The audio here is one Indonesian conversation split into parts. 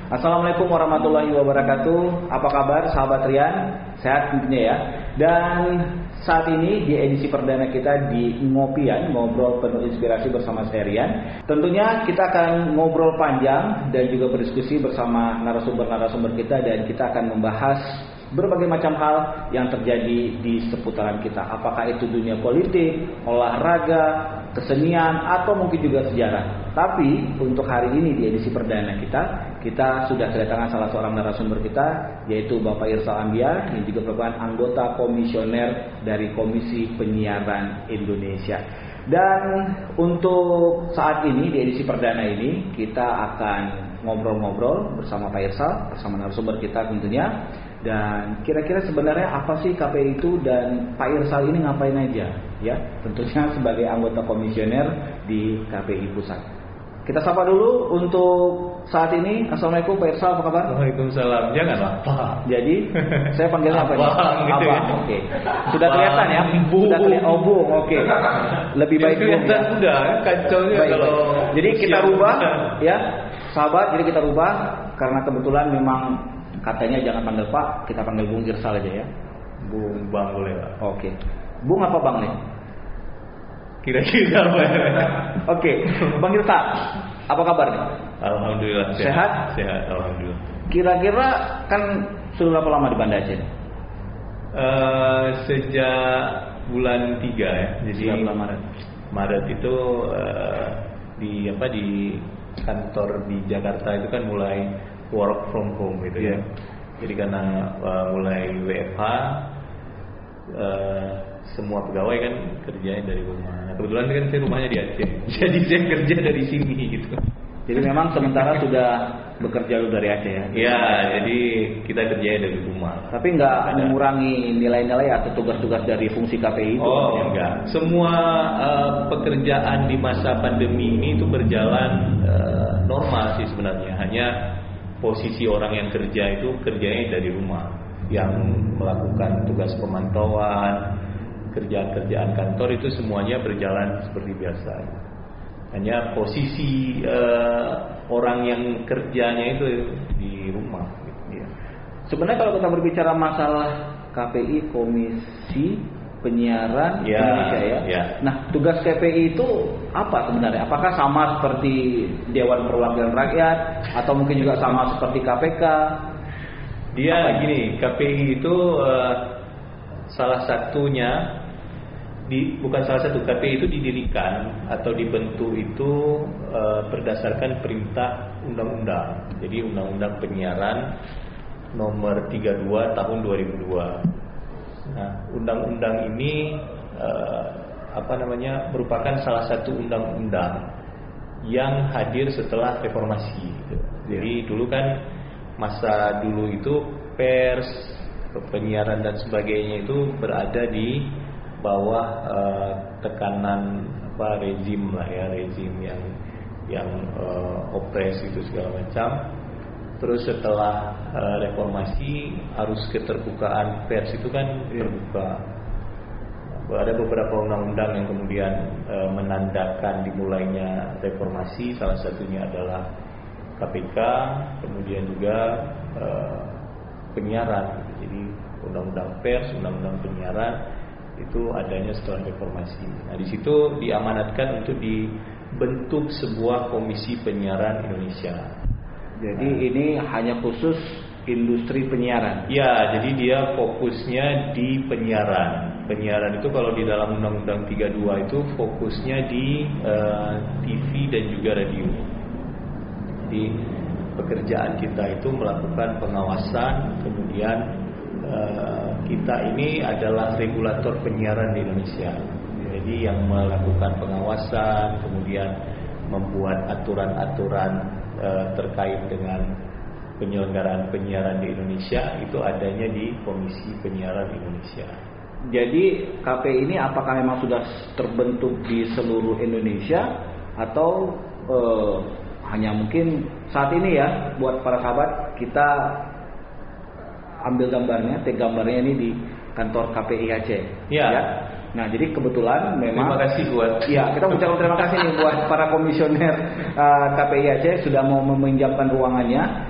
Assalamualaikum warahmatullahi wabarakatuh. Apa kabar sahabat Rian? Sehat tentunya ya. Dan saat ini di edisi perdana kita di Ngopian, ngobrol penuh inspirasi bersama saya Rian. Tentunya kita akan ngobrol panjang dan juga berdiskusi bersama narasumber-narasumber kita, dan kita akan membahas berbagai macam hal yang terjadi di seputaran kita. Apakah itu dunia politik, olahraga, kesenian, atau mungkin juga sejarah. Tapi untuk hari ini di edisi perdana kita sudah kedatangan salah seorang narasumber kita, yaitu Bapak Irsal Anbiar, yang juga merupakan anggota komisioner dari Komisi Penyiaran Indonesia. Dan untuk saat ini di edisi perdana ini kita akan ngobrol-ngobrol bersama Pak Irsal, bersama narasumber kita tentunya. Dan kira-kira sebenarnya apa sih KPI itu, dan Pak Irsal ini ngapain aja ya, tentunya sebagai anggota komisioner di KPI Pusat. Kita sapa dulu untuk saat ini. Assalamualaikum Pak Irsal, apa kabar? Waalaikumsalam. Janganlah Pak. Jadi saya panggilnya apa nih? Abang, gitu ya. Oke. Sudah kelihatan ya? Sudah kelihatan. Oh, Bung. Oke. Lebih baik Bung. Udah kacaunya kalau. Jadi kita rubah ya, sahabat. Jadi kita rubah karena kebetulan memang katanya jangan panggil Pak, kita panggil Bung Irsal aja ya. Bung Bang boleh Pak. Oke. Bung apa Bang nih? Kira-kira apa ya? Oke. Bang Irsal, apa kabar nih? Alhamdulillah sehat. Sehat, alhamdulillah. Kira-kira kan sudah berapa lama di Banda Aceh? Sejak bulan 3 ya. Jadi bulan Maret. Maret itu di kantor di Jakarta itu kan mulai work from home gitu ya. Jadi karena mulai WFH, semua pegawai kan kerjanya dari rumah. Nah, kebetulan kan saya rumahnya di Aceh, jadi saya kerja dari sini gitu. Jadi memang sementara sudah bekerja dulu dari Aceh ya? Iya, jadi kita kerjanya dari rumah. Tapi nggak mengurangi nilai-nilai atau tugas-tugas dari fungsi KPI itu? Oh enggak, semua pekerjaan di masa pandemi ini itu berjalan normal sih sebenarnya. Hanya posisi orang yang kerja itu kerjanya dari rumah, yang melakukan tugas pemantauan, kerjaan-kerjaan kantor itu semuanya berjalan seperti biasa. Hanya posisi orang yang kerjanya itu di rumah gitu, ya. Sebenarnya kalau kita berbicara masalah KPI, Komisi Penyiaran Indonesia ya. Nah, tugas KPI itu apa sebenarnya? Apakah sama seperti Dewan Perwakilan Rakyat atau mungkin juga sama seperti KPK? Dia gini, KPI itu salah satunya bukan salah satu. KPI itu didirikan atau dibentuk itu berdasarkan perintah undang-undang. Jadi Undang-Undang Penyiaran Nomor 32 Tahun 2002. Nah, undang-undang ini merupakan salah satu undang-undang yang hadir setelah reformasi. Gitu. Jadi dulu kan masa dulu itu pers, penyiaran dan sebagainya itu berada di bawah tekanan rezim lah ya, rezim yang opres itu segala macam. Terus setelah reformasi, arus keterbukaan pers itu kan terbuka. Ada beberapa undang-undang yang kemudian menandakan dimulainya reformasi. Salah satunya adalah KPK, kemudian juga penyiaran. Jadi undang-undang pers, undang-undang penyiaran itu adanya setelah reformasi. Nah, di situ diamanatkan untuk dibentuk sebuah Komisi Penyiaran Indonesia. Jadi ini hanya khusus industri penyiaran? Ya, jadi dia fokusnya di penyiaran. Penyiaran itu kalau di dalam Undang-Undang 32 itu fokusnya di TV dan juga radio. Jadi pekerjaan kita itu melakukan pengawasan, kemudian kita ini adalah regulator penyiaran di Indonesia. Jadi yang melakukan pengawasan, kemudian membuat aturan-aturan terkait dengan penyelenggaraan penyiaran di Indonesia itu adanya di Komisi Penyiaran Indonesia. Jadi KPI ini apakah memang sudah terbentuk di seluruh Indonesia atau hanya mungkin saat ini ya, buat para sahabat kita ambil gambarnya, gambarnya ini di kantor KPI Aceh. Ya. Nah, jadi kebetulan memang terima kasih buat kita ucapkan terima kasih nih buat para komisioner KPI Aceh sudah mau meminjamkan ruangannya.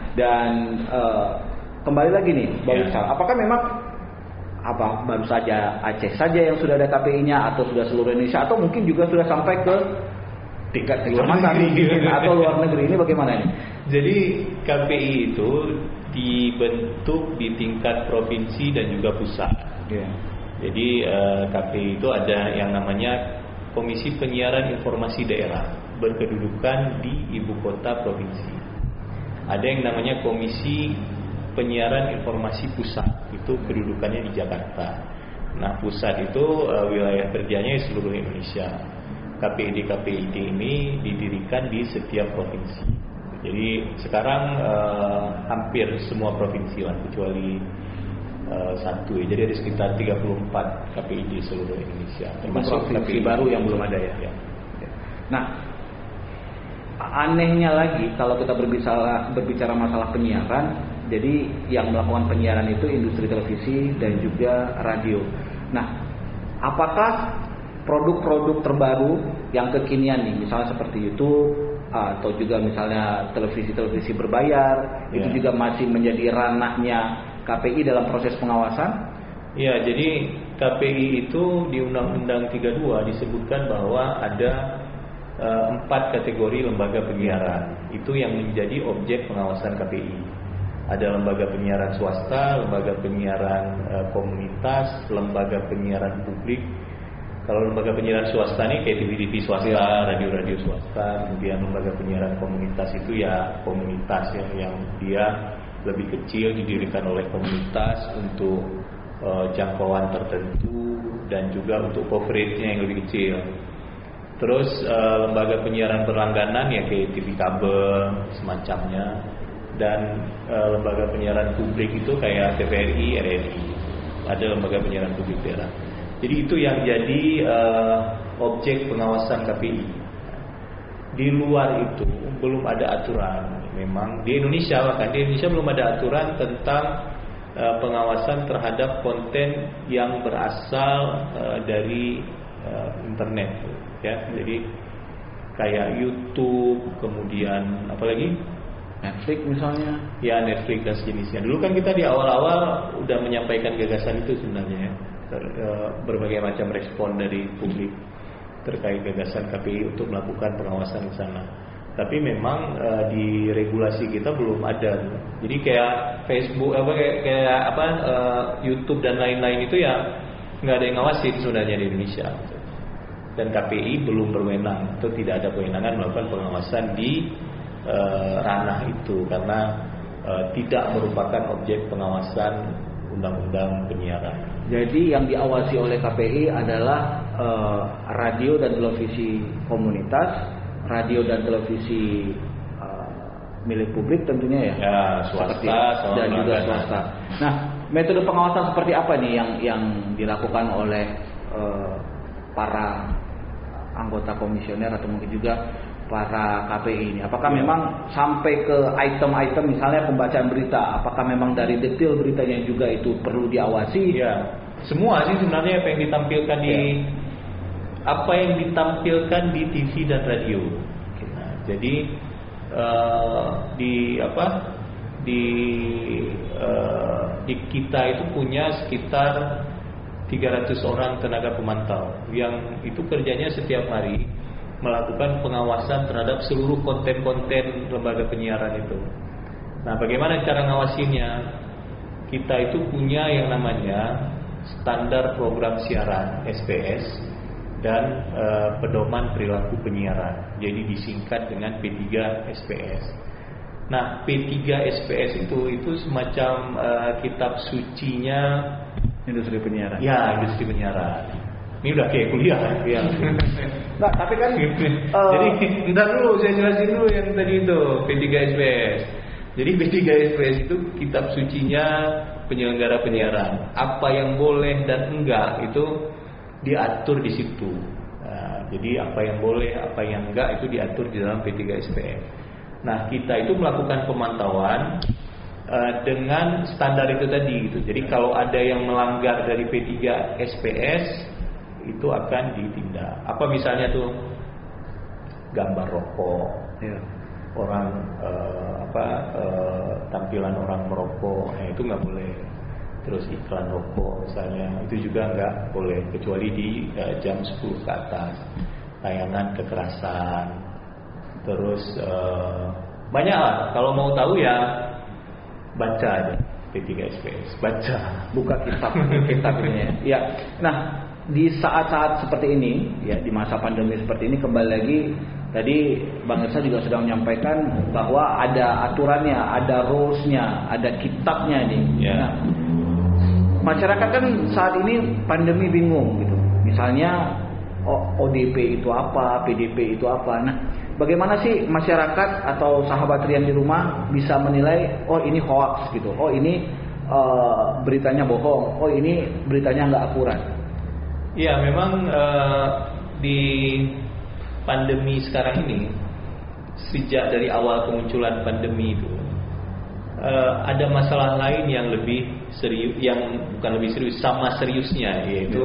Dan kembali lagi nih, Bang Irsal, apakah memang baru saja Aceh saja yang sudah ada KPI-nya atau sudah seluruh Indonesia atau mungkin juga sudah sampai ke tingkat kecamatan atau luar negeri, ini bagaimana ini? Jadi KPI itu dibentuk di tingkat provinsi dan juga pusat. Jadi KPI itu ada yang namanya Komisi Penyiaran Informasi Daerah, berkedudukan di ibu kota provinsi. Ada yang namanya Komisi Penyiaran Informasi Pusat, itu kedudukannya di Jakarta. Nah, pusat itu wilayah kerjanya di seluruh Indonesia. KPID ini didirikan di setiap provinsi. Jadi sekarang hampir semua provinsi lah, kecuali satu ya. Jadi ada sekitar 34 KPI di seluruh Indonesia, termasuk provinsi baru yang belum ada ya. Nah, anehnya lagi kalau kita berbicara masalah penyiaran, jadi yang melakukan penyiaran itu industri televisi dan juga radio. Nah, apakah produk-produk terbaru yang kekinian nih, misalnya seperti YouTube atau juga misalnya televisi berbayar, itu juga masih menjadi ranahnya KPI dalam proses pengawasan? Ya, jadi KPI itu di Undang-Undang 32 disebutkan bahwa ada 4 kategori lembaga penyiaran. Itu yang menjadi objek pengawasan KPI. Ada lembaga penyiaran swasta, lembaga penyiaran komunitas, lembaga penyiaran publik. Kalau lembaga penyiaran swasta nih kayak TV-TV swasta, radio-radio swasta. Kemudian lembaga penyiaran komunitas itu ya komunitas yang dia lebih kecil, didirikan oleh komunitas untuk jangkauan tertentu dan juga untuk coveragenya yang lebih kecil. Terus lembaga penyiaran berlangganan ya kayak TV kabel semacamnya, dan lembaga penyiaran publik itu kayak TVRI, RRI. Ada lembaga penyiaran publik daerah. Jadi itu yang jadi objek pengawasan KPI. Di luar itu belum ada aturan. Memang di Indonesia, bahkan di Indonesia belum ada aturan tentang pengawasan terhadap konten yang berasal dari internet. Ya, jadi kayak YouTube, kemudian apalagi Netflix misalnya. Ya, Netflix dan sejenisnya. Dulu kan kita di awal-awal udah menyampaikan gagasan itu sebenarnya ya. Berbagai macam respon dari publik terkait gagasan KPI untuk melakukan pengawasan di sana. Tapi memang di regulasi kita belum ada. Jadi kayak Facebook, YouTube dan lain-lain itu ya nggak ada yang ngawasin sebenarnya di Indonesia. Dan KPI belum berwenang atau tidak ada kewenangan melakukan pengawasan di ranah itu karena tidak merupakan objek pengawasan undang-undang penyiaran. Jadi yang diawasi oleh KPI adalah radio dan televisi komunitas, radio dan televisi milik publik tentunya ya. Ya, swasta dan juga swasta. Nah, metode pengawasan seperti apa nih yang dilakukan oleh para anggota komisioner atau mungkin juga para KPI ini? Apakah memang sampai ke item-item misalnya pembacaan berita, apakah memang dari detail beritanya juga itu perlu diawasi? Ya, semua sih sebenarnya apa yang ditampilkan di TV dan radio. Nah, jadi di kita itu punya sekitar 300 orang tenaga pemantau yang itu kerjanya setiap hari melakukan pengawasan terhadap seluruh konten-konten lembaga penyiaran itu. Nah, bagaimana cara ngawasinya? Kita itu punya yang namanya standar program siaran SPS dan pedoman perilaku penyiaran. Jadi disingkat dengan P3 SPS. Nah, P3 SPS itu semacam kitab sucinya industri penyiaran. Ya, industri penyiaran. Ini udah kayak kuliah ya. Nah, tapi kan jadi bentar dulu saya jelasin dulu yang tadi itu P3 SPS. Jadi P3 SPS itu kitab sucinya penyelenggara penyiaran. Apa yang boleh dan enggak itu diatur di situ. Nah, jadi apa yang boleh, apa yang enggak itu diatur di dalam P3 SPS. Nah, kita itu melakukan pemantauan dengan standar itu tadi gitu. Jadi kalau ada yang melanggar dari P3 SPS itu akan ditindak. Apa misalnya tuh gambar rokok, orang tampilan orang merokok, itu nggak boleh. Terus iklan rokok misalnya itu juga nggak boleh kecuali di jam 10 ke atas. Tayangan kekerasan, terus banyak lah. Kalau mau tahu ya baca aja P3SPS, baca, buka kitab ini ya. Ya. Nah, di saat-saat seperti ini, ya di masa pandemi seperti ini, kembali lagi tadi Bang Irsa juga sudah menyampaikan bahwa ada aturannya, ada rules-nya, ada kitabnya nih. Ya. Nah, masyarakat kan saat ini pandemi bingung gitu. Misalnya ODP itu apa, PDP itu apa. Nah, bagaimana sih masyarakat atau sahabat Rian di rumah bisa menilai, oh ini hoax gitu, oh ini beritanya bohong, oh ini beritanya nggak akurat. Iya, memang di pandemi sekarang ini, sejak dari awal kemunculan pandemi itu, ada masalah lain yang lebih serius, yang bukan lebih serius, sama seriusnya, yaitu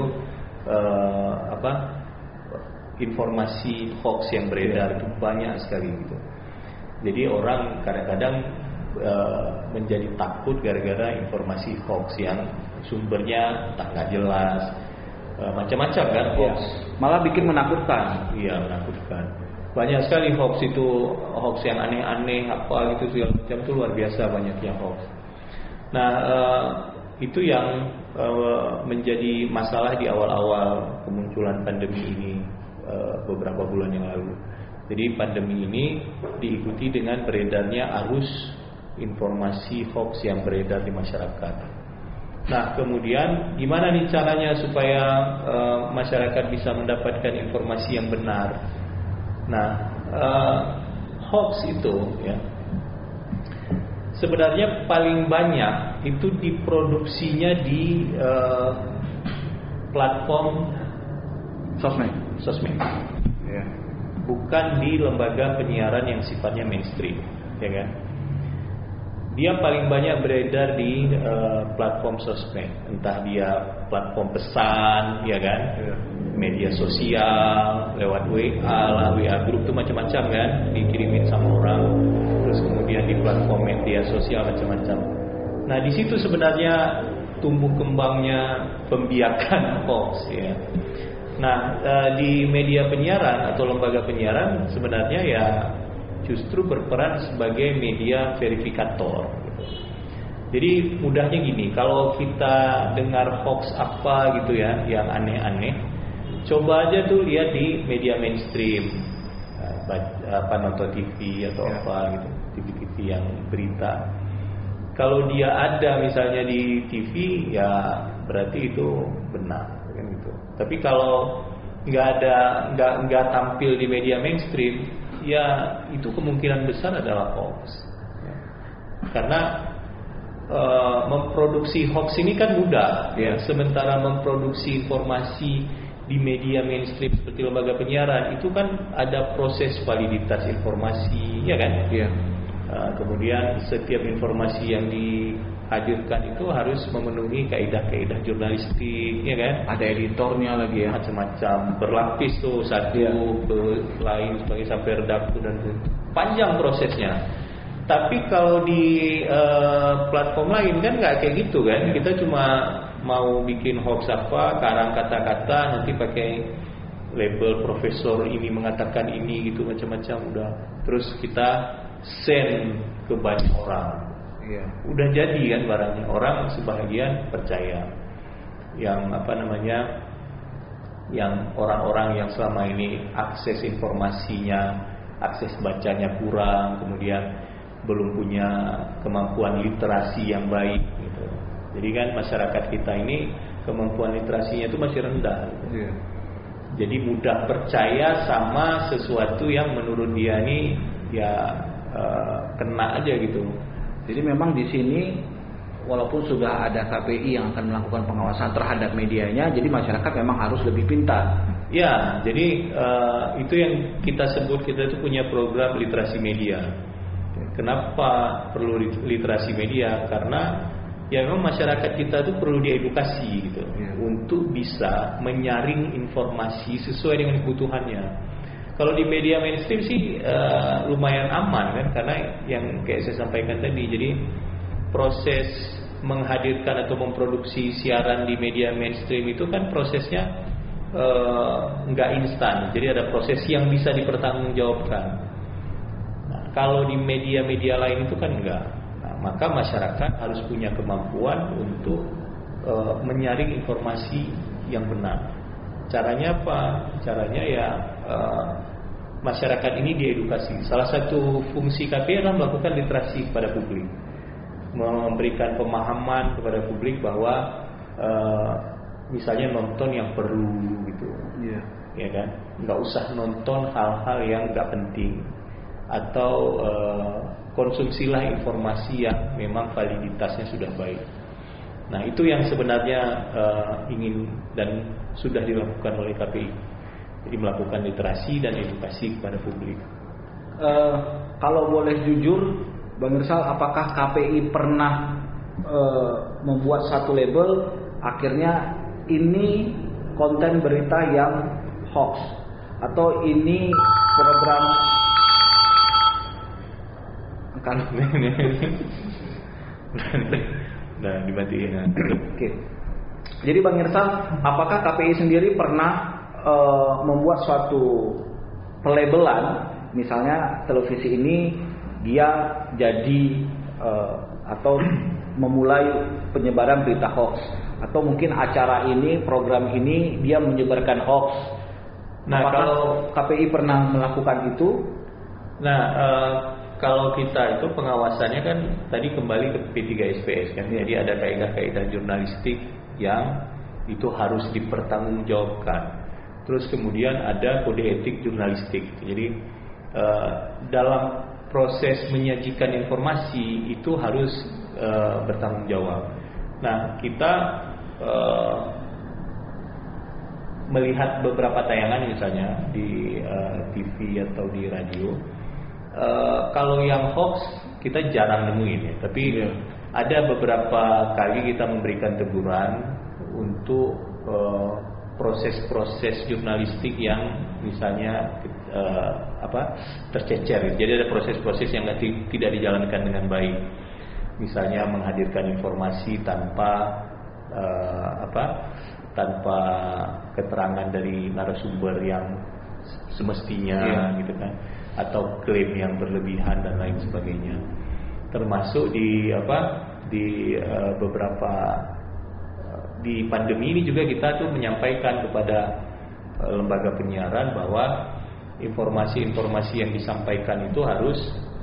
informasi hoax yang beredar itu banyak sekali gitu. Jadi orang kadang-kadang menjadi takut gara-gara informasi hoax yang sumbernya tak nggak jelas, macam-macam kan hoax. Malah bikin menakutkan. Iya, menakutkan. Banyak sekali hoax itu, hoax yang aneh-aneh apa gitu segala macam, itu luar biasa banyaknya hoax. Nah, itu yang menjadi masalah di awal-awal kemunculan pandemi ini beberapa bulan yang lalu. Jadi pandemi ini diikuti dengan beredarnya arus informasi hoax yang beredar di masyarakat. Nah, kemudian gimana nih caranya supaya masyarakat bisa mendapatkan informasi yang benar? Nah, hoax itu ya sebenarnya paling banyak itu diproduksinya di platform sosmed. Ya. Bukan di lembaga penyiaran yang sifatnya mainstream, ya kan? Dia paling banyak beredar di platform sosmed, entah dia platform pesan, ya kan? Media sosial, lewat WA lah, WA grup itu macam-macam kan, dikirimin sama orang. Terus kemudian di platform media sosial macam-macam. Nah, di situ sebenarnya tumbuh kembangnya pembiakan hoax, ya. Nah, di media penyiaran atau lembaga penyiaran sebenarnya ya justru berperan sebagai media verifikator. Jadi mudahnya gini, kalau kita dengar hoax apa gitu ya, yang aneh-aneh, coba aja tuh lihat di media mainstream, nonton TV atau apa gitu, TV-TV yang berita. Kalau dia ada misalnya di TV, ya berarti itu benar. Gitu. Tapi kalau nggak tampil di media mainstream, ya itu kemungkinan besar adalah hoax. Ya. Karena memproduksi hoax ini kan mudah, ya. Sementara memproduksi informasi di media mainstream seperti lembaga penyiaran itu kan ada proses validitas informasi, ya kan? Ya. Kemudian setiap informasi yang dihadirkan itu harus memenuhi kaidah-kaidah jurnalistik, ya kan? Ada editornya lagi ya, macam-macam, berlapis tuh, satu ke lain sebagai sampai redaksi dan panjang prosesnya. Tapi kalau di platform lain kan nggak kayak gitu kan? Kita cuma mau bikin hoax apa, karang kata-kata, nanti pakai label profesor ini mengatakan ini gitu, macam-macam udah. Terus kita send ke banyak orang. Iya. Udah jadi kan barangnya, orang sebahagian percaya. Yang yang orang-orang yang selama ini akses informasinya, akses bacanya kurang, kemudian belum punya kemampuan literasi yang baik gitu. Jadi kan masyarakat kita ini kemampuan literasinya itu masih rendah gitu. Iya. Jadi mudah percaya sama sesuatu yang menurut dia ini ya kena aja gitu. Jadi memang di sini walaupun sudah ada KPI yang akan melakukan pengawasan terhadap medianya, jadi masyarakat memang harus lebih pintar. Ya, jadi itu yang kita sebut, kita itu punya program literasi media. Kenapa perlu literasi media? Karena ya memang masyarakat kita itu perlu diedukasi gitu, untuk bisa menyaring informasi sesuai dengan kebutuhannya. Kalau di media mainstream sih lumayan aman kan, karena yang kayak saya sampaikan tadi, jadi proses menghadirkan atau memproduksi siaran di media mainstream itu kan prosesnya nggak instan, jadi ada proses yang bisa dipertanggungjawabkan. Nah, kalau di media-media lain itu kan enggak. Nah, maka masyarakat harus punya kemampuan untuk menyaring informasi yang benar. Caranya apa? Caranya ya masyarakat ini diedukasi. Salah satu fungsi KPI adalah melakukan literasi kepada publik, memberikan pemahaman kepada publik bahwa misalnya nonton yang perlu gitu, ya kan, nggak usah nonton hal-hal yang nggak penting, atau konsumsilah informasi yang memang validitasnya sudah baik. Nah, itu yang sebenarnya ingin dan sudah dilakukan oleh KPI. Jadi melakukan literasi dan edukasi kepada publik. Kalau boleh jujur, Bang Irsal, apakah KPI pernah membuat satu label akhirnya ini konten berita yang hoax, atau ini program kan? Nah, dimatiin. Oke. Jadi Bang Irsal, apakah KPI sendiri pernah membuat suatu pelabelan, misalnya televisi ini dia jadi atau memulai penyebaran berita hoax, atau mungkin acara ini, program ini dia menyebarkan hoax? Nah, apakah kalau KPI pernah melakukan itu? Nah, kalau kita itu pengawasannya kan tadi kembali ke P3SPS kan, jadi ada kaidah-kaidah jurnalistik yang itu harus dipertanggungjawabkan. Terus kemudian ada kode etik jurnalistik. Jadi dalam proses menyajikan informasi itu harus bertanggung jawab. Nah, kita melihat beberapa tayangan misalnya di TV atau di radio. Kalau yang hoax kita jarang nemuin ya, tapi ada beberapa kali kita memberikan teguran untuk proses-proses jurnalistik yang misalnya tercecer. Jadi ada proses-proses yang tidak dijalankan dengan baik. Misalnya menghadirkan informasi tanpa tanpa keterangan dari narasumber yang semestinya, gitu kan, atau klaim yang berlebihan dan lain sebagainya. Termasuk di beberapa di pandemi ini juga kita tuh menyampaikan kepada lembaga penyiaran bahwa informasi-informasi yang disampaikan itu harus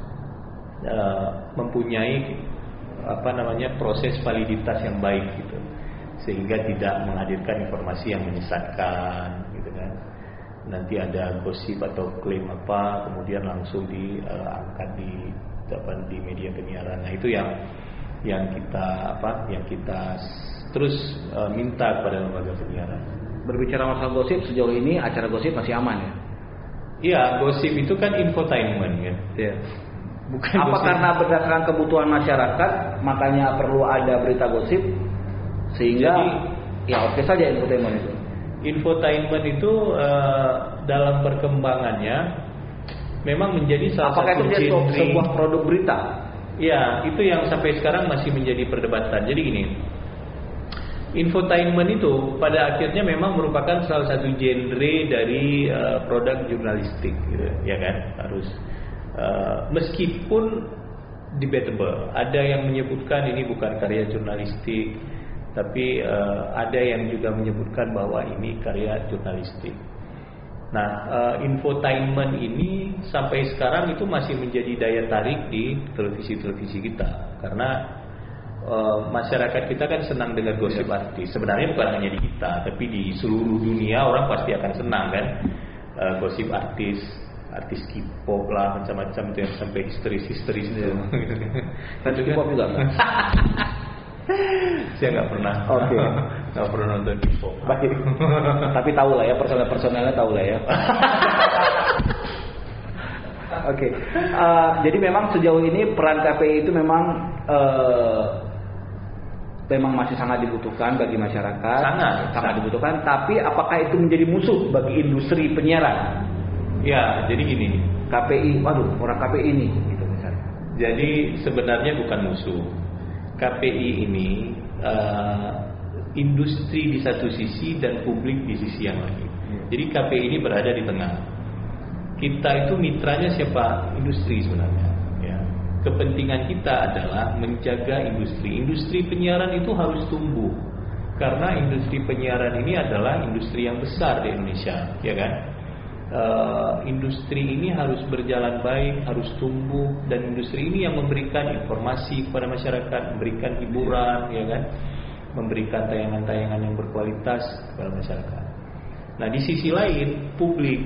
mempunyai proses validitas yang baik gitu, sehingga tidak menghadirkan informasi yang menyesatkan gitu kan. Nanti ada gosip atau klaim kemudian langsung diangkat di media penyiaran. Nah, itu yang kita terus minta kepada lembaga penyiaran. Berbicara masalah gosip, sejauh ini acara gosip masih aman ya? Iya, gosip itu kan infotainment kan. Iya. Bukan apa gosip. Karena berdasarkan kebutuhan masyarakat makanya perlu ada berita gosip, sehingga jadi, ya oke saja infotainment itu. Infotainment itu dalam perkembangannya memang menjadi salah apakah satu itu sebuah produk berita? Ya, itu yang sampai sekarang masih menjadi perdebatan. Jadi gini, infotainment itu pada akhirnya memang merupakan salah satu genre dari produk jurnalistik, gitu, ya kan? Harus meskipun debatable, ada yang menyebutkan ini bukan karya jurnalistik, tapi ada yang juga menyebutkan bahwa ini karya jurnalistik. Nah, infotainment ini sampai sekarang itu masih menjadi daya tarik di televisi-televisi kita, karena masyarakat kita kan senang dengar gosip artis. Sebenarnya bukan hanya di kita, tapi di seluruh dunia orang pasti akan senang kan, gosip artis K-pop lah, macam-macam itu yang sampai histeris-histeris itu. Kan K-pop juga kan? Saya nggak pernah. Oke. Nggak pernah nonton K-pop. Baik. Tapi tahu lah ya, personel-personelnya tahu lah ya. Oke. Jadi memang sejauh ini peran KPI itu memang masih sangat dibutuhkan bagi masyarakat. Sangat dibutuhkan. Tapi apakah itu menjadi musuh bagi industri penyiaran? Ya, jadi gini. KPI, waduh orang KPI ini, gitu misalnya. Jadi sebenarnya bukan musuh. KPI ini industri di satu sisi dan publik di sisi yang lain. Jadi KPI ini berada di tengah. Kita itu mitranya siapa? Industri sebenarnya. Ya. Kepentingan kita adalah menjaga industri. Industri penyiaran itu harus tumbuh. Karena industri penyiaran ini adalah industri yang besar di Indonesia, ya kan? Industri ini harus berjalan baik, harus tumbuh, dan industri ini yang memberikan informasi kepada masyarakat, memberikan hiburan, ya kan, memberikan tayangan-tayangan yang berkualitas kepada masyarakat. Nah, di sisi lain publik,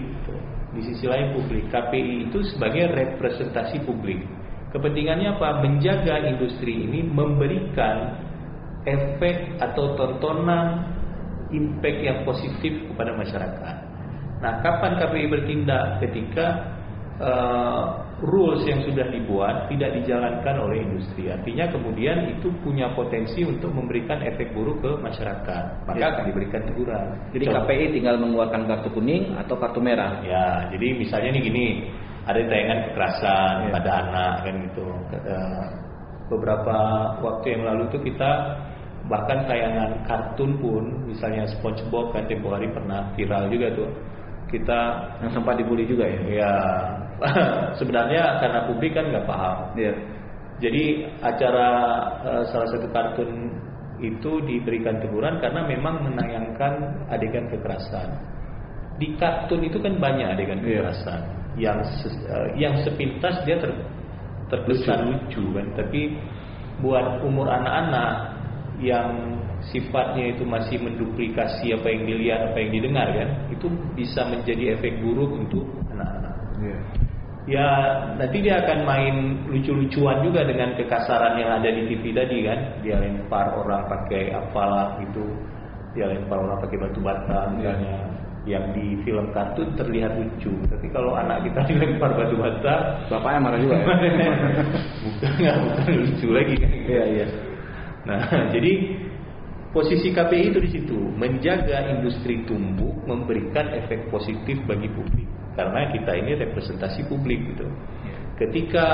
KPI itu sebagai representasi publik. Kepentingannya apa? Menjaga industri ini memberikan efek atau tontonan, impact yang positif kepada masyarakat. Nah, kapan KPI bertindak? Ketika rules yang sudah dibuat tidak dijalankan oleh industri. Artinya kemudian itu punya potensi untuk memberikan efek buruk ke masyarakat. Maka akan diberikan teguran. Jadi KPI tinggal mengeluarkan kartu kuning atau kartu merah. Ya, jadi misalnya nih gini, ada tayangan kekerasan pada anak kan gitu. Beberapa waktu yang lalu tuh kita bahkan tayangan kartun pun, misalnya SpongeBob kan tempo hari pernah viral juga tuh. Kita yang sempat dibully juga ya. Ya, sebenarnya karena publik kan nggak paham. Ya. Jadi acara salah satu kartun itu diberikan teguran karena memang menayangkan adegan kekerasan. Di kartun itu kan banyak adegan kekerasan yang sepintas dia terkesan lucu kan, tapi buat umur anak-anak yang sifatnya itu masih menduplikasi apa yang dilihat, apa yang didengar kan, itu bisa menjadi efek buruk untuk anak-anak. Ya, nanti dia akan main lucu-lucuan juga dengan kekasaran yang ada di TV tadi kan. Dia lempar orang pakai apalah gitu, dia lempar orang pakai batu bata misalnya. Yang di film kartun terlihat lucu, tapi kalau anak kita dilempar batu bata, bapaknya marah juga ya. bukan lucu lagi kan. Iya. Nah, jadi posisi KPI itu di situ, menjaga industri tumbuh, memberikan efek positif bagi publik. Karena kita ini representasi publik gitu. Ketika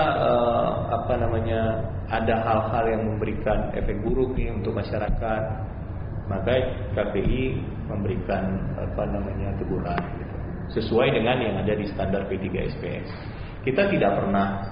ada hal-hal yang memberikan efek buruk nih untuk masyarakat, maka KPI memberikan teguran gitu, sesuai dengan yang ada di standar P3SPS. Kita tidak pernah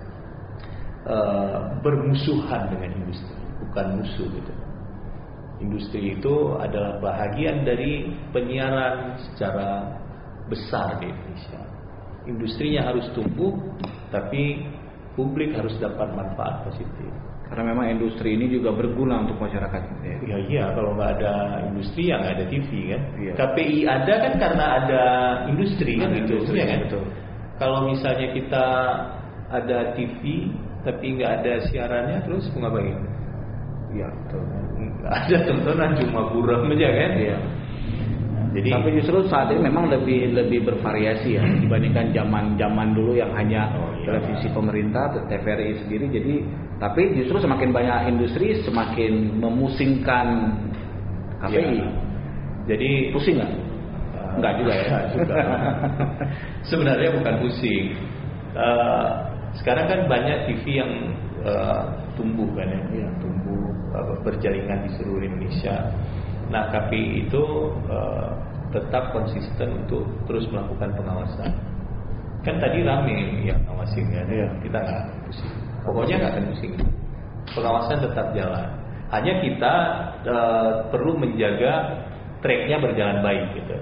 bermusuhan dengan industri, bukan musuh gitu. Industri itu adalah bahagian dari penyiaran secara besar di Indonesia. Industrinya harus tumbuh, tapi publik harus dapat manfaat positif. Karena memang industri ini juga berguna untuk masyarakat. Iya, kalau nggak ada industri ya nggak ada TV kan. Iya. KPI ada kan karena ada industri kan gitu, ya kan. Betul. Kalau misalnya kita ada TV tapi nggak ada siarannya, terus mau ngapain? Iya, betul. Ada tontonan cuma buram aja kan. Iya. Jadi, tapi justru saat ini memang lebih bervariasi ya dibandingkan zaman dulu yang hanya televisi pemerintah, TVRI sendiri. Jadi tapi justru semakin banyak industri semakin memusingkan KPI. Ya. Jadi pusing nggak? Nggak juga ya. Sebenarnya bukan pusing. Sekarang kan banyak TV yang tumbuh kan ya, tumbuh berjaringan di seluruh Indonesia. Nah, KPI itu tetap konsisten untuk terus melakukan pengawasan. Kan tadi rame yang ngawasin kan, kita nggak pusing. Pokoknya nggak akan pusing. Pengawasan tetap jalan. Hanya kita perlu menjaga tracknya berjalan baik gitu.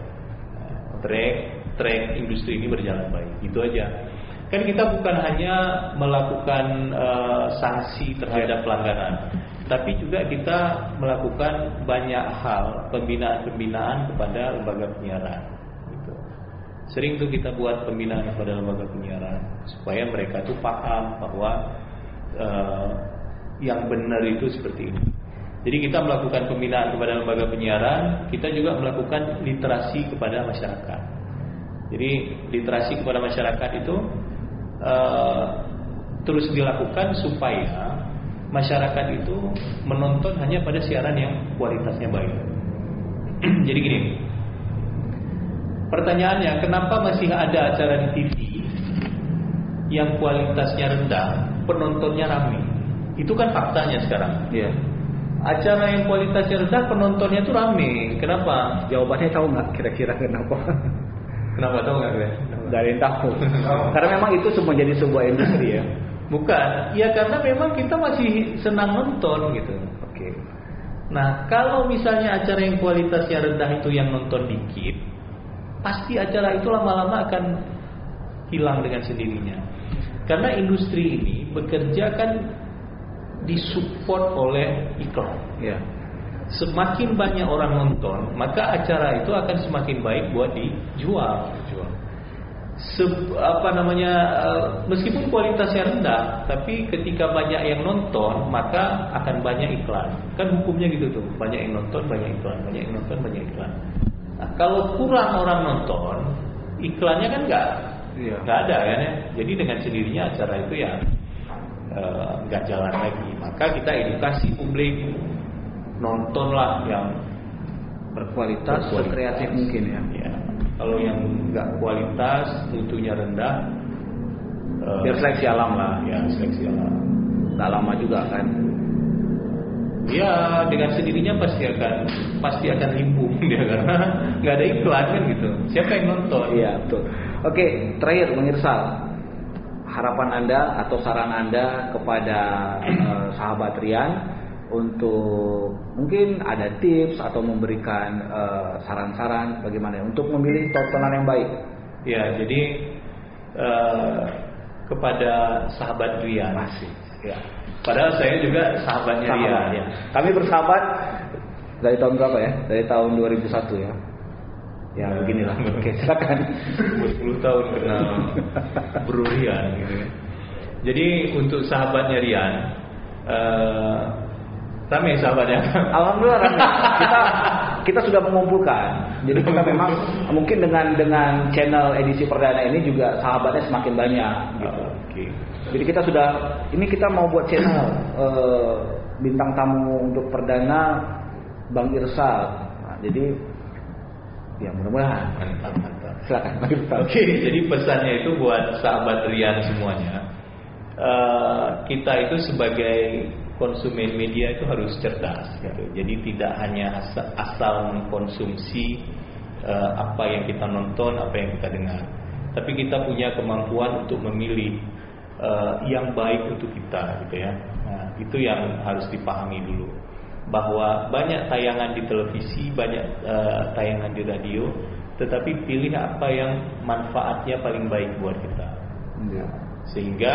Track industri ini berjalan baik. Itu aja. Kan kita bukan hanya melakukan sanksi terhadap pelanggaran, tapi juga kita melakukan banyak hal pembinaan kepada lembaga penyiaran. Gitu. Sering tuh kita buat pembinaan kepada lembaga penyiaran supaya mereka tuh paham bahwa yang benar itu seperti ini. Jadi kita melakukan pembinaan kepada lembaga penyiaran, kita juga melakukan literasi kepada masyarakat. Jadi literasi kepada masyarakat itu terus dilakukan supaya masyarakat itu menonton hanya pada siaran yang kualitasnya baik. Jadi gini, pertanyaannya, kenapa masih ada acara di TV yang kualitasnya rendah, penontonnya ramai? Itu kan faktanya sekarang. Iya. Acara yang kualitasnya rendah, penontonnya tuh ramai. Kenapa? Jawabannya tahu nggak kira-kira kenapa? Kenapa, tahu nggak? Dari yang tahu. Karena memang itu menjadi sebuah industri ya. Bukan, ya karena memang kita masih senang nonton gitu. Oke. Nah, kalau misalnya acara yang kualitasnya rendah itu yang nonton dikit, pasti acara itu lama-lama akan hilang dengan sendirinya. Karena industri ini bekerja kan disupport oleh iklan. Ya. Semakin banyak orang nonton, maka acara itu akan semakin baik buat dijual. Meskipun kualitasnya rendah, tapi ketika banyak yang nonton, maka akan banyak iklan. Kan hukumnya gitu tuh, banyak yang nonton, banyak iklan, banyak yang nonton, banyak iklan. Nah, kalau kurang orang nonton, iklannya kan nggak ada kan ya. Jadi dengan sendirinya acara itu ya nggak jalan lagi. Maka kita edukasi publik, nontonlah yang berkualitas, sekreatif mungkin ya. Kalau yang nggak kualitas, mutunya rendah, biar seleksi alam lah. Ya, seleksi alam. Nggak lama juga kan. Ya, dengan sendirinya pasti akan limbung dia karena nggak ada iklan kan gitu. Siapa yang nonton? Iya, betul. Oke, terakhir Bang Irsal, harapan Anda atau saran Anda kepada sahabat Rian untuk mungkin ada tips atau memberikan saran-saran bagaimana untuk memilih tontonan yang baik. Ya, jadi kepada sahabat Rian. Masih. Ya. Padahal saya juga sahabatnya Rian. Ya. Kami bersahabat dari tahun berapa ya? Dari tahun 2001 ya. Ya beginilah. Oke, silakan. 10 tahun kenal Bro Rian gitu. Jadi untuk sahabatnya Rian, ramai sahabatnya. Alhamdulillah ramai. Kita sudah mengumpulkan. Jadi kita memang mungkin dengan channel edisi perdana ini juga sahabatnya semakin banyak. Gitu. Okay. Jadi kita mau buat channel bintang tamu untuk perdana Bang Irsal. Nah, jadi ya mudah-mudahan. Mantap. Silakan. Oke. Jadi pesannya itu buat sahabat Rian semuanya. Kita itu sebagai konsumen media itu harus cerdas gitu. Jadi tidak hanya asal mengkonsumsi apa yang kita nonton, apa yang kita dengar, tapi kita punya kemampuan untuk memilih yang baik untuk kita gitu ya. Nah, itu yang harus dipahami dulu, bahwa banyak tayangan di televisi, banyak tayangan di radio, tetapi pilih apa yang manfaatnya paling baik buat kita. Sehingga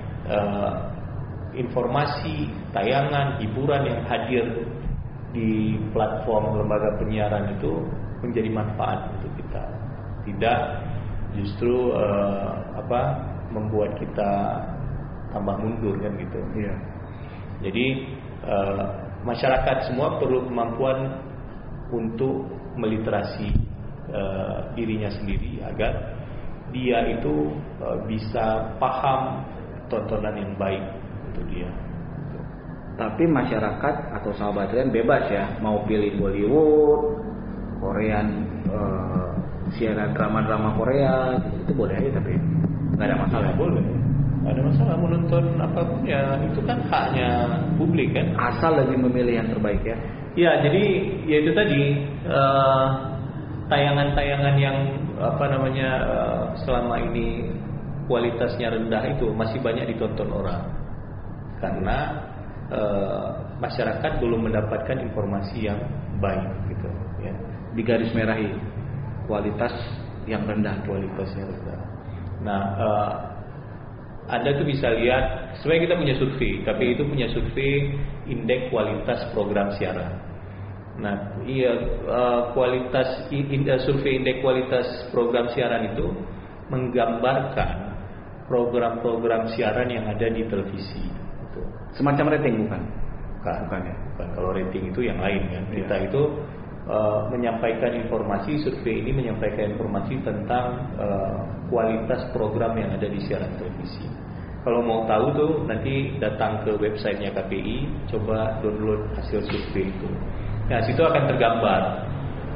informasi, tayangan, hiburan yang hadir di platform lembaga penyiaran itu menjadi manfaat untuk kita, tidak justru membuat kita tambah mundur kan gitu. Iya. Jadi masyarakat semua perlu kemampuan untuk meliterasi dirinya sendiri agar dia itu bisa paham tontonan yang baik untuk dia. Tapi masyarakat atau sahabat Rian bebas ya, mau pilih Bollywood, Korean, siaran drama-drama Korea, itu boleh aja, tapi nggak ada masalah. Ya, boleh, nggak ada masalah menonton apapun ya, itu kan haknya publik kan. Asal lebih memilih yang terbaik ya. Ya, jadi ya itu tadi tayangan-tayangan yang selama ini kualitasnya rendah itu masih banyak ditonton orang karena masyarakat belum mendapatkan informasi yang baik gitu ya. Di garis merahi kualitas yang rendah. Nah, Anda tuh bisa lihat, sebenarnya kita punya survei, tapi itu punya survei indeks kualitas program siaran. Nah, survei indeks kualitas program siaran itu menggambarkan program-program siaran yang ada di televisi. Gitu. Semacam rating bukan ya? Bukan. Kalau rating itu yang lain kan. Iya. Kita itu menyampaikan informasi, survei ini menyampaikan informasi tentang kualitas program yang ada di siaran televisi. Kalau mau tahu tuh nanti datang ke websitenya KPI, coba download hasil survei itu. Nah, situ akan tergambar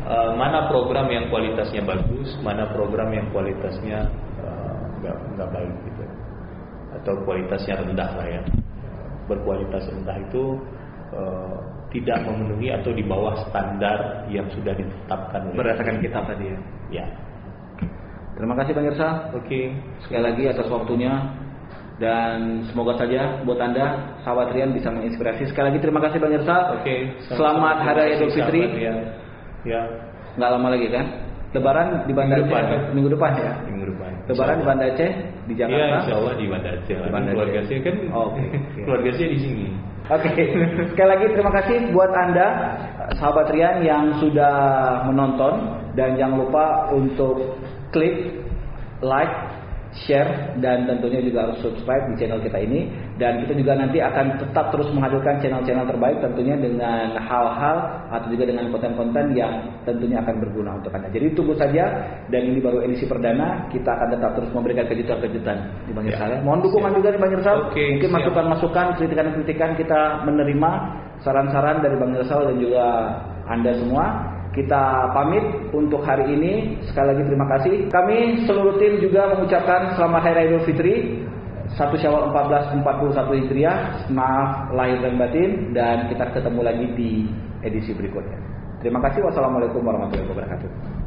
mana program yang kualitasnya bagus, mana program yang kualitasnya nggak baik gitu, atau kualitasnya rendah lah ya. Berkualitas rendah itu tidak memenuhi atau di bawah standar yang sudah ditetapkan berdasarkan kitab tadi ya. Ya. Terima kasih Bang Irsa. Oke. Sekali lagi atas waktunya, dan semoga saja buat Anda sahabat Rian bisa menginspirasi. Sekali lagi terima kasih Bang Irsa. Oke. Selamat Hari Idul Fitri. Ya. Nggak lama lagi kan? Lebaran di Banda Aceh minggu depan ya. Minggu depan. Lebaran di Banda Aceh di Jakarta. Iya, insya Allah di Banda Aceh. Keluarga saya kan. Keluarga saya di sini. Oke. Sekali lagi terima kasih buat Anda sahabat Rian yang sudah menonton, dan jangan lupa untuk klik like, share, dan tentunya juga harus subscribe di channel kita ini. Dan kita juga nanti akan tetap terus menghadirkan channel-channel terbaik tentunya dengan hal-hal atau juga dengan konten-konten yang tentunya akan berguna untuk Anda. Jadi tunggu saja, dan ini baru edisi perdana, kita akan tetap terus memberikan kejutan-kejutan di Bang Irsal. Mohon dukungan juga di Bang Irsal. Mungkin masukan-masukan, kritikan-kritikan kita menerima, saran-saran dari Bang Irsal dan juga Anda semua. Kita pamit untuk hari ini. Sekali lagi terima kasih. Kami seluruh tim juga mengucapkan selamat Hari Raya Idul Fitri 1 Syawal 1441 Hijriah. Maaf lahir dan batin, dan kita ketemu lagi di edisi berikutnya. Terima kasih. Wassalamualaikum warahmatullahi wabarakatuh.